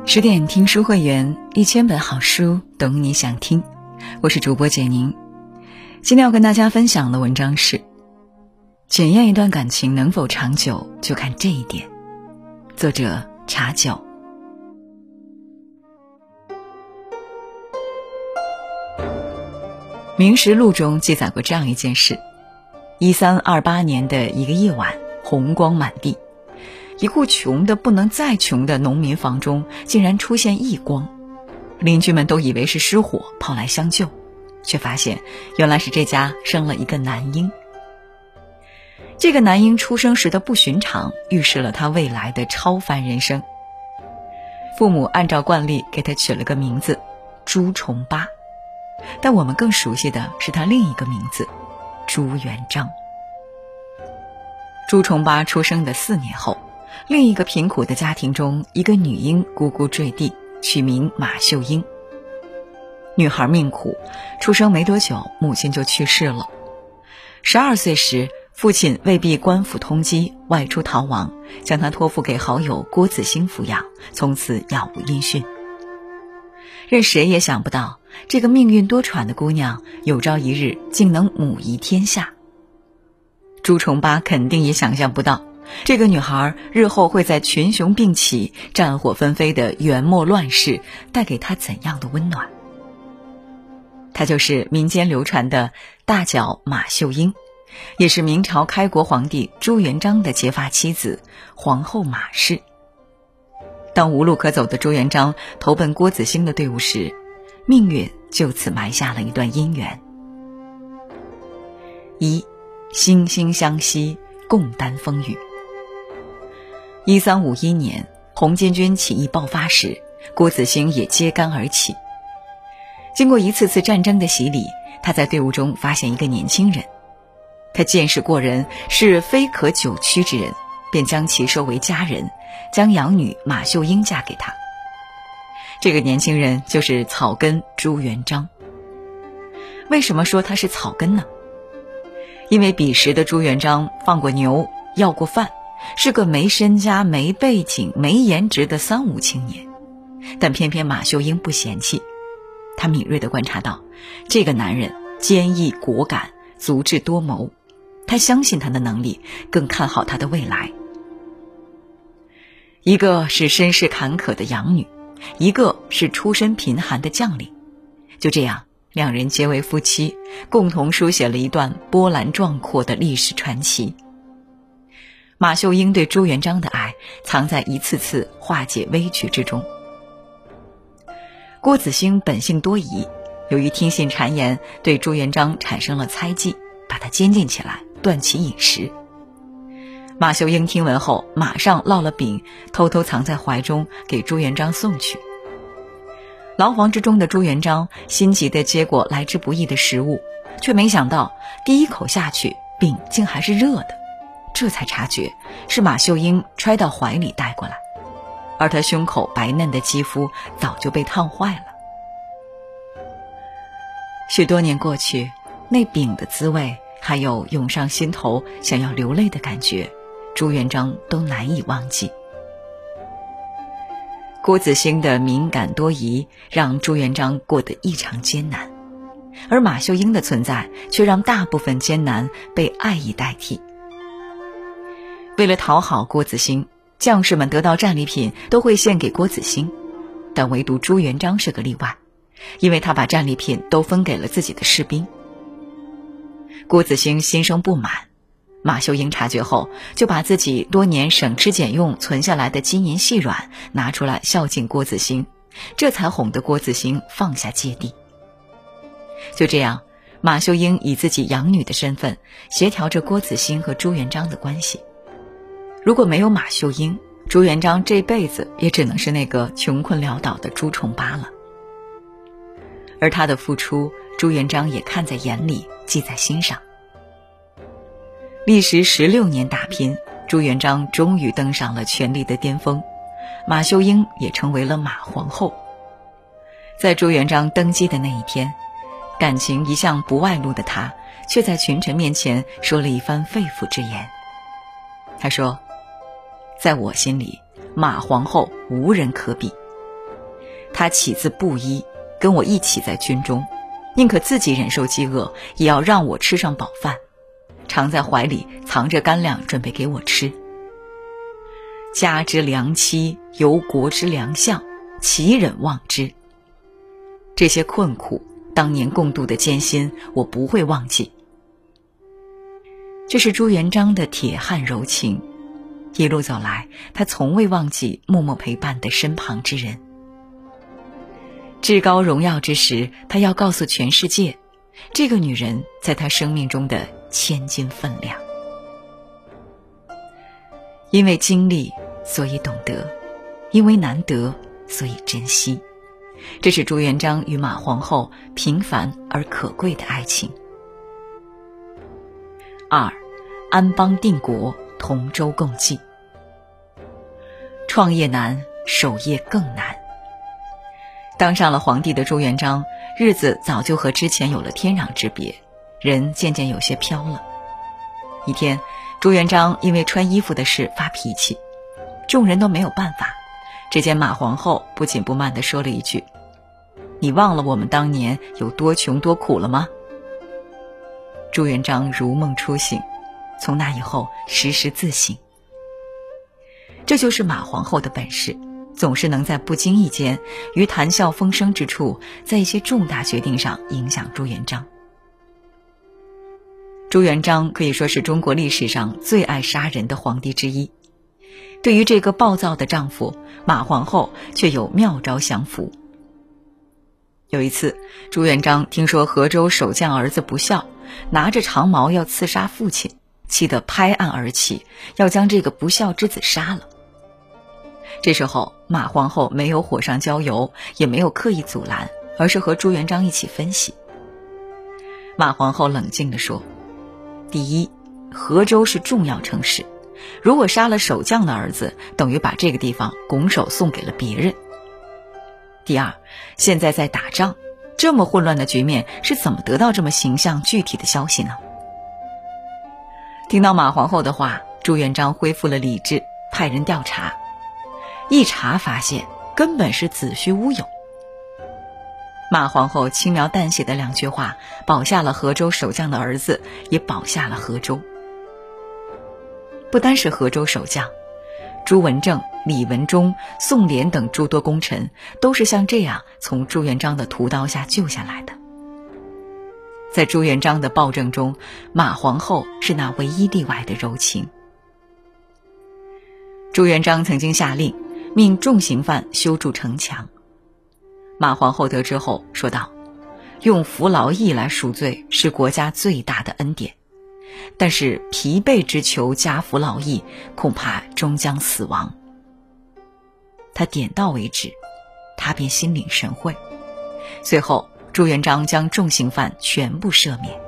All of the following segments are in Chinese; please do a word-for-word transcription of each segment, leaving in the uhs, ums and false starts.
十点听书会员，一千本好书，懂你想听。我是主播简宁。今天要跟大家分享的文章是：检验一段感情能否长久，就看这一点。作者茶酒。明实录中记载过这样一件事：一三二八年的一个夜晚，红光满地，一户穷的不能再穷的农民房中竟然出现异光，邻居们都以为是失火，跑来相救，却发现原来是这家生了一个男婴。这个男婴出生时的不寻常，预示了他未来的超凡人生。父母按照惯例给他取了个名字朱重八，但我们更熟悉的是他另一个名字朱元璋。朱重八出生的四年后，另一个贫苦的家庭中，一个女婴咕咕坠地，取名马秀英。女孩命苦，出生没多久，母亲就去世了。十二岁时，父亲为避官府通缉，外出逃亡，将她托付给好友郭子兴抚养，从此杳无音讯。任谁也想不到，这个命运多舛的姑娘，有朝一日竟能母仪天下。朱重八肯定也想象不到，这个女孩日后会在群雄并起、战火纷飞的元末乱世带给她怎样的温暖。她就是民间流传的大脚马秀英，也是明朝开国皇帝朱元璋的结发妻子，皇后马氏。当无路可走的朱元璋投奔郭子兴的队伍时，命运就此埋下了一段姻缘。一，惺惺相惜，共担风雨。一三五一年，红巾军起义爆发时，郭子兴也揭竿而起。经过一次次战争的洗礼，他在队伍中发现一个年轻人，他见识过人，是非可久屈之人，便将其收为家人，将养女马秀英嫁给他。这个年轻人就是草根朱元璋。为什么说他是草根呢？因为彼时的朱元璋放过牛，要过饭，是个没身家、没背景、没颜值的三无青年。但偏偏马秀英不嫌弃，他敏锐地观察到，这个男人坚毅果敢，足智多谋，他相信他的能力，更看好他的未来。一个是身世坎坷的养女，一个是出身贫寒的将领。就这样，两人结为夫妻，共同书写了一段波澜壮阔的历史传奇。马秀英对朱元璋的爱，藏在一次次化解危局之中。郭子兴本性多疑，由于听信谗言，对朱元璋产生了猜忌，把他监禁起来，断其饮食。马秀英听闻后，马上烙了饼，偷偷藏在怀中，给朱元璋送去。牢房之中的朱元璋心急地接过来之不易的食物，却没想到第一口下去，饼竟还是热的，这才察觉是马秀英揣到怀里带过来，而他胸口白嫩的肌肤早就被烫坏了。许多年过去，那饼的滋味，还有涌上心头想要流泪的感觉，朱元璋都难以忘记。郭子兴的敏感多疑，让朱元璋过得异常艰难，而马秀英的存在却让大部分艰难被爱意代替。为了讨好郭子兴，将士们得到战利品都会献给郭子兴，但唯独朱元璋是个例外，因为他把战利品都分给了自己的士兵。郭子兴心生不满，马秀英察觉后，就把自己多年省吃俭用存下来的金银细软拿出来孝敬郭子兴，这才哄得郭子兴放下芥蒂。就这样，马秀英以自己养女的身份，协调着郭子兴和朱元璋的关系。如果没有马秀英，朱元璋这辈子也只能是那个穷困潦倒的朱重八了。而他的付出，朱元璋也看在眼里，记在心上。历时十六年打拼，朱元璋终于登上了权力的巅峰，马秀英也成为了马皇后。在朱元璋登基的那一天，感情一向不外露的他，却在群臣面前说了一番肺腑之言。他说，在我心里，马皇后无人可比， 他起自布衣，跟我一起在军中，宁可自己忍受饥饿，也要让我吃上饱饭，常在怀里藏着干粮准备给我吃。家之良妻，由国之良相，其忍忘之。这些困苦，当年共度的艰辛，我不会忘记。这是朱元璋的铁汉柔情，一路走来，他从未忘记默默陪伴的身旁之人。至高荣耀之时，他要告诉全世界，这个女人在他生命中的千斤分量。因为经历，所以懂得；因为难得，所以珍惜。这是朱元璋与马皇后平凡而可贵的爱情。二，安邦定国，同舟共济。创业难，守业更难。当上了皇帝的朱元璋，日子早就和之前有了天壤之别，人渐渐有些飘了。一天，朱元璋因为穿衣服的事发脾气，众人都没有办法。只见马皇后不紧不慢地说了一句：“你忘了我们当年有多穷多苦了吗？”朱元璋如梦初醒，从那以后时时自省。这就是马皇后的本事，总是能在不经意间，于谈笑风生之处，在一些重大决定上影响朱元璋。朱元璋可以说是中国历史上最爱杀人的皇帝之一。对于这个暴躁的丈夫，马皇后却有妙招降服。有一次，朱元璋听说河州守将儿子不孝，拿着长矛要刺杀父亲，气得拍案而起，要将这个不孝之子杀了。这时候，马皇后没有火上浇油，也没有刻意阻拦，而是和朱元璋一起分析。马皇后冷静地说：“第一，河州是重要城市，如果杀了守将的儿子，等于把这个地方拱手送给了别人。第二，现在在打仗，这么混乱的局面是怎么得到这么形象具体的消息呢？”听到马皇后的话，朱元璋恢复了理智，派人调查。一查发现，根本是子虚乌有。马皇后轻描淡写的两句话，保下了河州守将的儿子，也保下了河州。不单是河州守将，朱文正、李文忠、宋濂等诸多功臣，都是像这样从朱元璋的屠刀下救下来的。在朱元璋的暴政中，马皇后是那唯一例外的柔情。朱元璋曾经下令命重刑犯修筑城墙，马皇后得知后说道：“用服劳役来赎罪是国家最大的恩典，但是疲惫之囚加服劳役，恐怕终将死亡。”他点到为止，他便心领神会。随后，朱元璋将重刑犯全部赦免。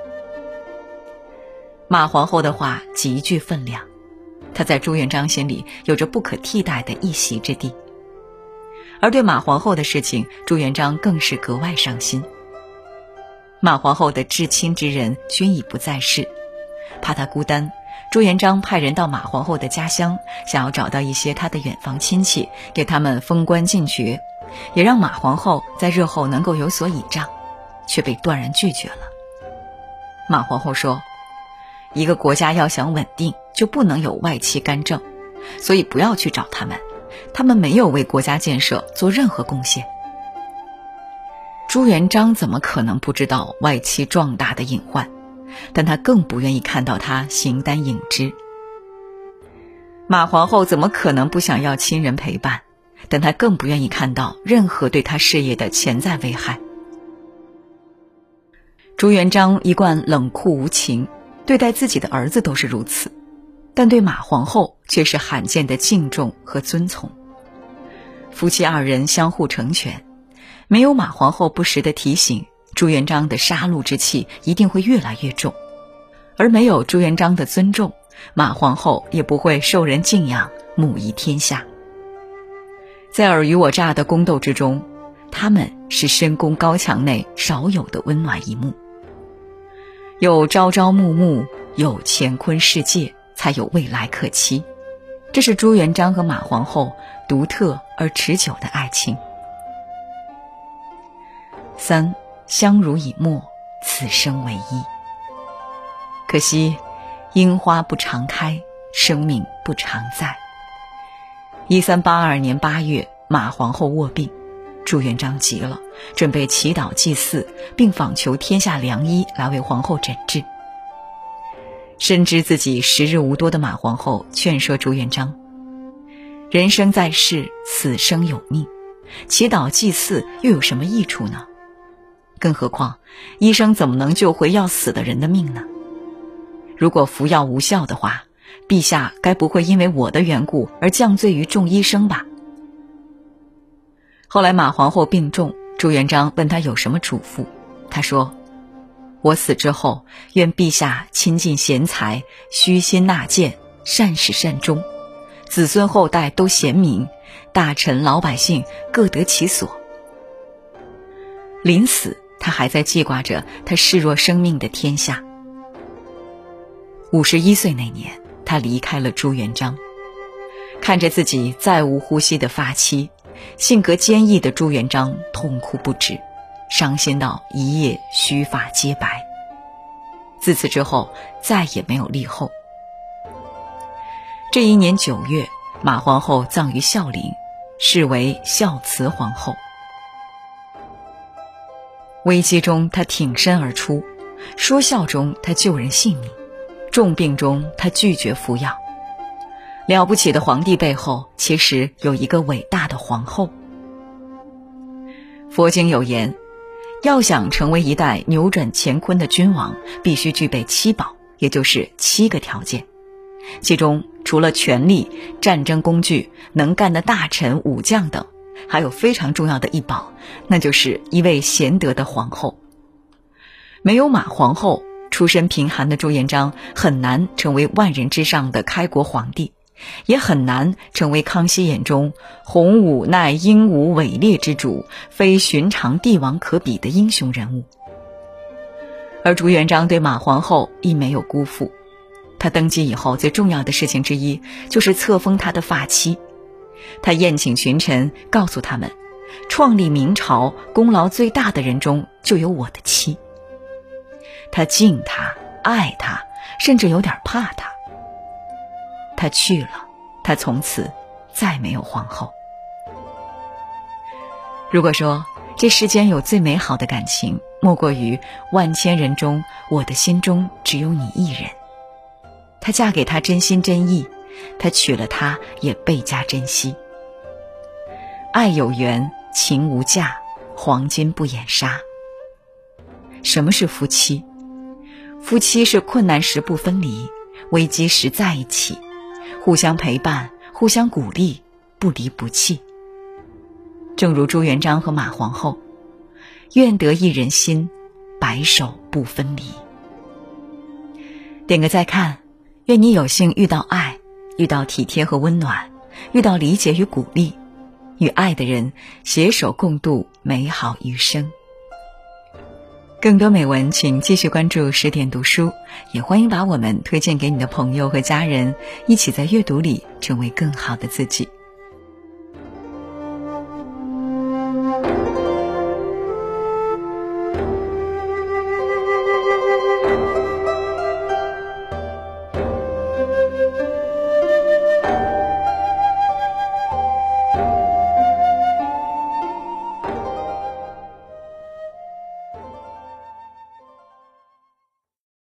马皇后的话极具分量，她在朱元璋心里有着不可替代的一席之地。而对马皇后的事情，朱元璋更是格外上心。马皇后的至亲之人均已不在世，怕她孤单，朱元璋派人到马皇后的家乡，想要找到一些她的远房亲戚，给他们封官进爵，也让马皇后在日后能够有所倚仗，却被断然拒绝了。马皇后说：“一个国家要想稳定，就不能有外戚干政，所以不要去找他们，他们没有为国家建设做任何贡献。”朱元璋怎么可能不知道外戚壮大的隐患，但他更不愿意看到他形单影只。马皇后怎么可能不想要亲人陪伴，但他更不愿意看到任何对他事业的潜在危害。朱元璋一贯冷酷无情，对待自己的儿子都是如此，但对马皇后却是罕见的敬重和遵从。夫妻二人相互成全，没有马皇后不时的提醒，朱元璋的杀戮之气一定会越来越重，而没有朱元璋的尊重，马皇后也不会受人敬仰，母仪天下。在尔虞我诈的宫斗之中，他们是深宫高墙内少有的温暖一幕。有朝朝暮暮，有乾坤世界，才有未来可期。这是朱元璋和马皇后独特而持久的爱情。 三，相濡以沫，此生为一。可惜樱花不常开，生命不常在。一三八二年八月，马皇后卧病，朱元璋急了，准备祈祷祭祀，并访求天下良医来为皇后诊治。深知自己时日无多的马皇后劝说朱元璋，人生在世，死生有命，祈祷祭祀又有什么益处呢？更何况医生怎么能救回要死的人的命呢？如果服药无效的话，陛下该不会因为我的缘故而降罪于众医生吧？后来马皇后病重，朱元璋问他有什么嘱咐，他说，我死之后，愿陛下亲近贤才，虚心纳谏，善始善终，子孙后代都贤明，大臣老百姓各得其所。临死，他还在记挂着他视若生命的天下。五十一岁那年，他离开了朱元璋，看着自己再无呼吸的发妻，性格坚毅的朱元璋痛哭不止，伤心到一夜须发皆白。自此之后，再也没有立后。这一年九月，马皇后葬于孝陵，是为孝慈皇后。危机中，她挺身而出；说笑中，她救人性命；重病中，她拒绝服药。了不起的皇帝背后，其实有一个伟大的皇后。佛经有言，要想成为一代扭转乾坤的君王，必须具备七宝，也就是七个条件。其中除了权力、战争工具、能干的大臣、武将等，还有非常重要的一宝，那就是一位贤德的皇后。没有马皇后，出身贫寒的朱元璋很难成为万人之上的开国皇帝，也很难成为康熙眼中洪武乃英武伟烈之主，非寻常帝王可比的英雄人物。而朱元璋对马皇后亦没有辜负，他登基以后最重要的事情之一就是册封他的发妻。他宴请群臣，告诉他们，创立明朝功劳最大的人中就有我的妻。他敬他，爱他，甚至有点怕他。他去了，他从此再没有皇后。如果说这世间有最美好的感情，莫过于万千人中，我的心中只有你一人。她嫁给他真心真意，他娶了她也倍加珍惜。爱有缘，情无价，黄金不掩纱。什么是夫妻？夫妻是困难时不分离，危机时在一起，互相陪伴，互相鼓励，不离不弃。正如朱元璋和马皇后，愿得一人心，白首不分离。点个再看，愿你有幸遇到爱，遇到体贴和温暖，遇到理解与鼓励，与爱的人携手共度美好余生。更多美文请继续关注十点读书，也欢迎把我们推荐给你的朋友和家人，一起在阅读里成为更好的自己。